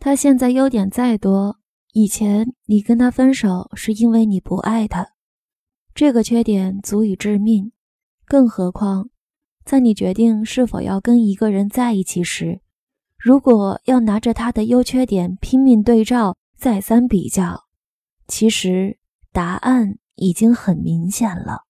他现在优点再多，以前你跟他分手是因为你不爱他，这个缺点足以致命。更何况，在你决定是否要跟一个人在一起时，如果要拿着他的优缺点拼命对照，再三比较，其实答案已经很明显了。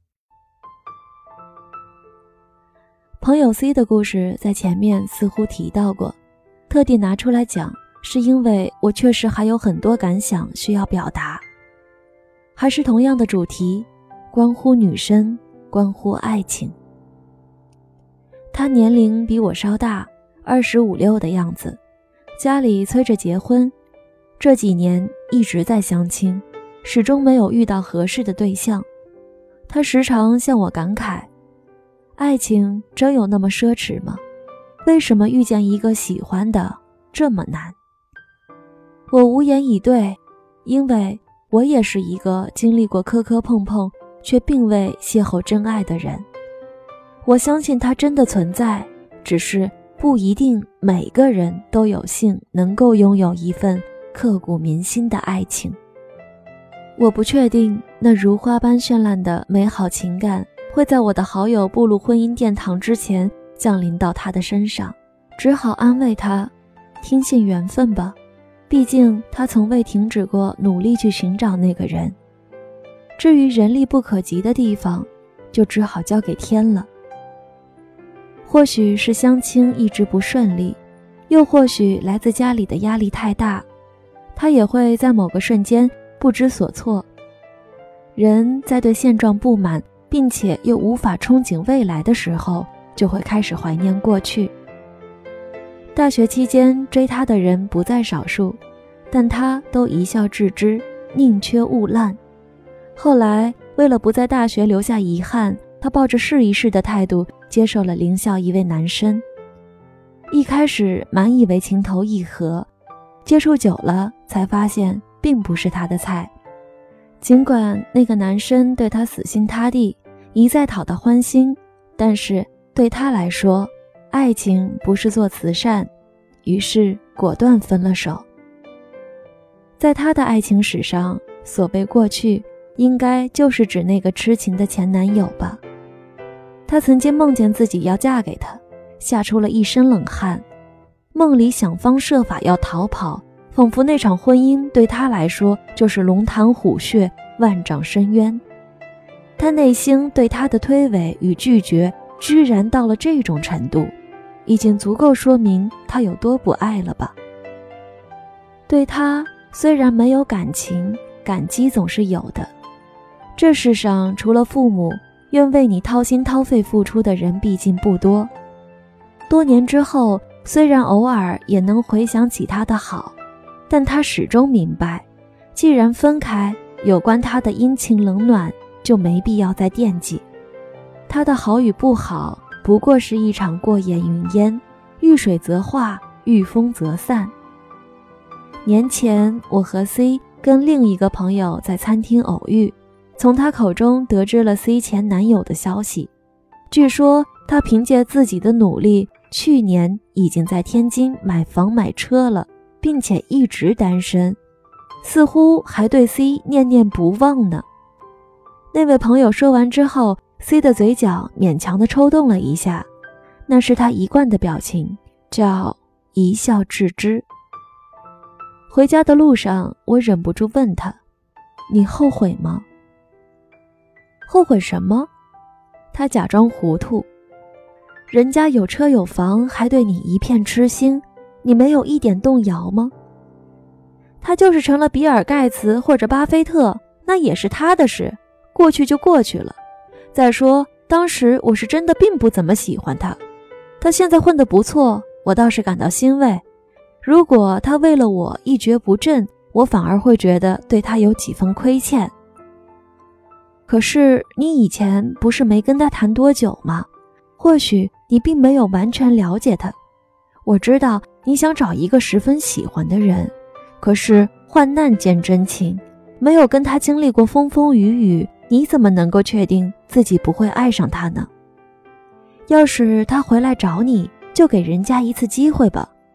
朋友 C 的故事在前面似乎提到过，特地拿出来讲，是因为我确实还有很多感想需要表达。还是同样的主题，关乎女生，关乎爱情。他年龄比我稍大，25、26的样子，家里催着结婚，这几年一直在相亲，始终没有遇到合适的对象。他时常向我感慨，爱情真有那么奢侈吗？为什么遇见一个喜欢的这么难？我无言以对，因为我也是一个经历过磕磕碰碰却并未邂逅真爱的人。我相信它真的存在，只是不一定每个人都有幸能够拥有一份刻骨铭心的爱情。我不确定那如花般绚烂的美好情感会在我的好友步入婚姻殿堂之前降临到他的身上，只好安慰他，听信缘分吧，毕竟他从未停止过努力去寻找那个人。至于人力不可及的地方，就只好交给天了。或许是相亲一直不顺利，又或许来自家里的压力太大，他也会在某个瞬间不知所措。人在对现状不满，并且又无法憧憬未来的时候，就会开始怀念过去。大学期间追他的人不在少数，但他都一笑置之，宁缺毋滥。后来为了不在大学留下遗憾，他抱着试一试的态度接受了邻校一位男生。一开始满以为情投意合，接触久了才发现并不是他的菜。尽管那个男生对他死心塌地，一再讨他欢心，但是对他来说，爱情不是做慈善，于是果断分了手。在他的爱情史上，所谓过去，应该就是指那个痴情的前男友吧。他曾经梦见自己要嫁给他，吓出了一身冷汗，梦里想方设法要逃跑，仿佛那场婚姻对他来说就是龙潭虎穴，万丈深渊。他内心对他的推诿与拒绝居然到了这种程度，已经足够说明他有多不爱了吧。对他虽然没有感情，感激总是有的。这世上除了父母，愿为你掏心掏肺付出的人毕竟不多。多年之后，虽然偶尔也能回想起他的好，但他始终明白，既然分开，有关他的阴晴冷暖就没必要再惦记。他的好与不好，不过是一场过眼云烟，遇水则化，遇风则散。年前，我和 C 跟另一个朋友在餐厅偶遇，从他口中得知了 C 前男友的消息。据说他凭借自己的努力，去年已经在天津买房买车了，并且一直单身，似乎还对 C 念念不忘呢。那位朋友说完之后， C 的嘴角勉强地抽动了一下，那是他一贯的表情，叫一笑置之。回家的路上，我忍不住问他，你后悔吗？后悔什么？他假装糊涂。人家有车有房，还对你一片痴心，你没有一点动摇吗？他就是成了比尔盖茨或者巴菲特，那也是他的事，过去就过去了。再说，当时我是真的并不怎么喜欢他，他现在混得不错，我倒是感到欣慰。如果他为了我一蹶不振，我反而会觉得对他有几分亏欠。可是你以前不是没跟他谈多久吗？或许你并没有完全了解他。我知道你想找一个十分喜欢的人，可是患难见真情，没有跟他经历过风风雨雨，你怎么能够确定自己不会爱上他呢？要是他回来找你，就给人家一次机会吧。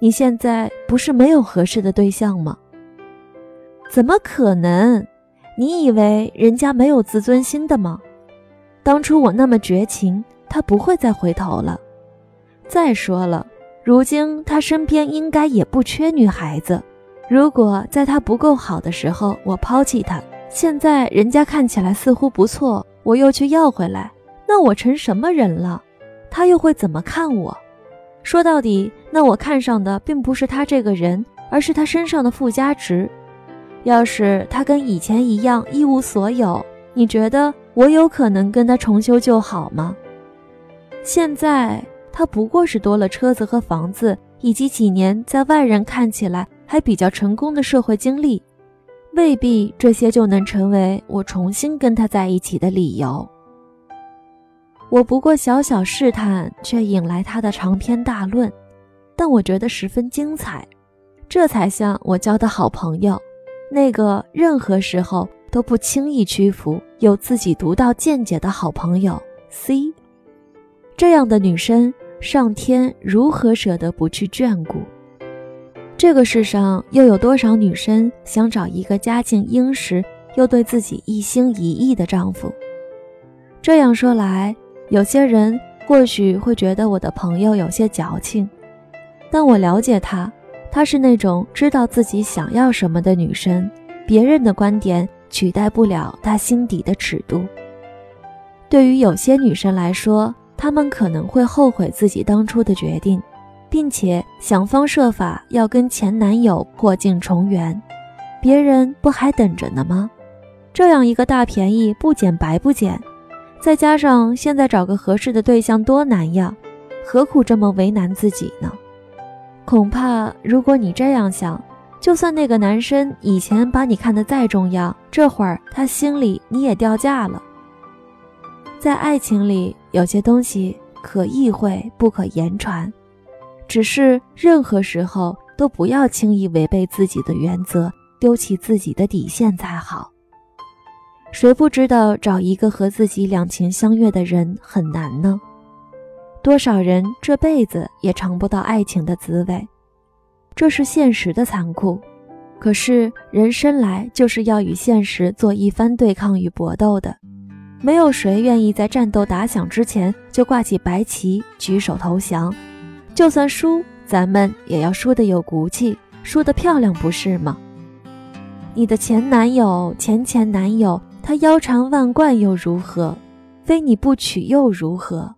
你现在不是没有合适的对象吗？怎么可能？你以为人家没有自尊心的吗？当初我那么绝情，他不会再回头了。再说了，如今他身边应该也不缺女孩子，如果在他不够好的时候我抛弃他，现在人家看起来似乎不错，我又去要回来，那我成什么人了？他又会怎么看我？说到底，那我看上的并不是他这个人，而是他身上的附加值。要是他跟以前一样一无所有，你觉得我有可能跟他重修旧好吗？现在他不过是多了车子和房子，以及几年在外人看起来还比较成功的社会经历，未必这些就能成为我重新跟他在一起的理由。我不过小小试探，却引来他的长篇大论，但我觉得十分精彩，这才像我交的好朋友，那个任何时候都不轻易屈服，有自己独到见解的好朋友 C。 这样的女生，上天如何舍得不去眷顾？这个世上又有多少女生想找一个家境殷实又对自己一心一意的丈夫？这样说来，有些人或许会觉得我的朋友有些矫情，但我了解她，她是那种知道自己想要什么的女生，别人的观点取代不了她心底的尺度。对于有些女生来说，她们可能会后悔自己当初的决定，并且想方设法要跟前男友破镜重圆，别人不还等着呢吗？这样一个大便宜不捡白不捡，再加上现在找个合适的对象多难呀，何苦这么为难自己呢？恐怕如果你这样想，就算那个男生以前把你看得再重要，这会儿他心里你也掉价了。在爱情里，有些东西可意会不可言传，只是任何时候都不要轻易违背自己的原则，丢弃自己的底线才好。谁不知道找一个和自己两情相悦的人很难呢？多少人这辈子也尝不到爱情的滋味，这是现实的残酷。可是人生来就是要与现实做一番对抗与搏斗的，没有谁愿意在战斗打响之前就挂起白旗举手投降。就算输，咱们也要输得有骨气，输得漂亮，不是吗？你的前男友、前前男友，他腰缠万贯又如何？非你不娶又如何？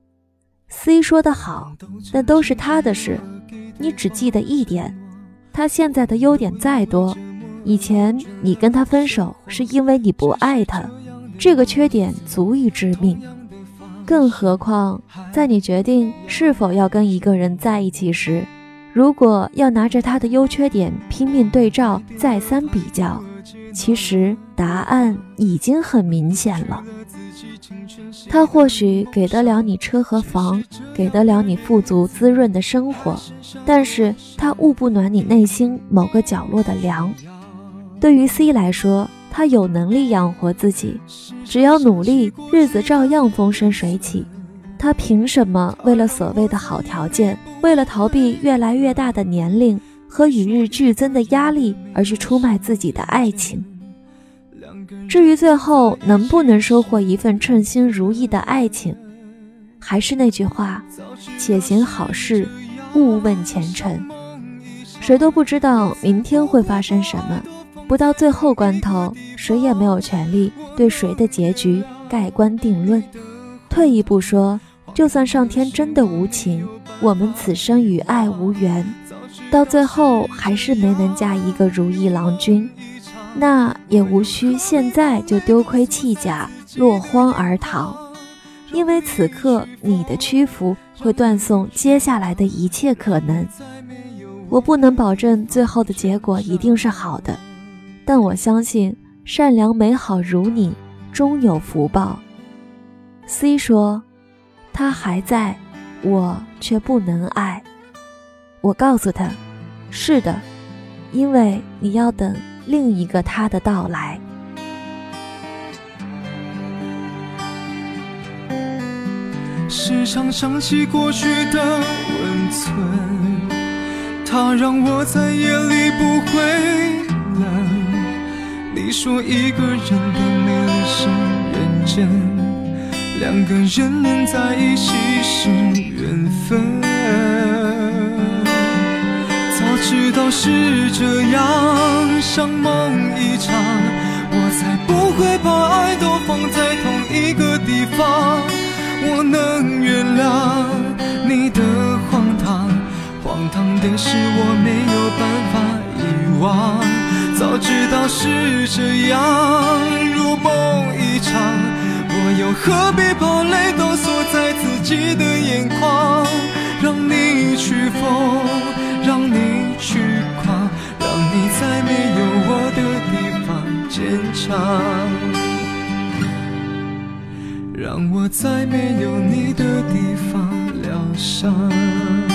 C 说得好，那都是他的事，你只记得一点，他现在的优点再多，以前你跟他分手是因为你不爱他，这个缺点足以致命。更何况在你决定是否要跟一个人在一起时，如果要拿着他的优缺点拼命对照，再三比较，其实答案已经很明显了。他或许给得了你车和房，给得了你富足滋润的生活，但是他焐不暖你内心某个角落的凉。对于 C 来说，他有能力养活自己，只要努力，日子照样风生水起。他凭什么为了所谓的好条件，为了逃避越来越大的年龄和与日俱增的压力而去出卖自己的爱情？至于最后能不能收获一份称心如意的爱情，还是那句话，且行好事，勿问前程。谁都不知道明天会发生什么，不到最后关头，谁也没有权利对谁的结局盖棺定论。退一步说，就算上天真的无情，我们此生与爱无缘，到最后还是没能嫁一个如意郎君，那也无需现在就丢盔弃甲，落荒而逃。因为此刻你的屈服会断送接下来的一切可能。我不能保证最后的结果一定是好的，但我相信善良美好如你，终有福报。 C 说，他还在，我却不能爱。我告诉他，是的，因为你要等另一个他的到来。 时常想起过去的温存， 它让我在夜里不会冷。你说一个人的美丽是认真，两个人能在一起是缘分。早知道是这样，像梦一场，我才不会把爱都放在同一个地方。我能原谅你的荒唐，荒唐的是我没有办法遗忘。早知道是这样，如梦一场，我又何必把泪都锁在自己的眼眶？让你去疯，让你去狂，让你在没有我的地方坚强，让我在没有你的地方疗伤。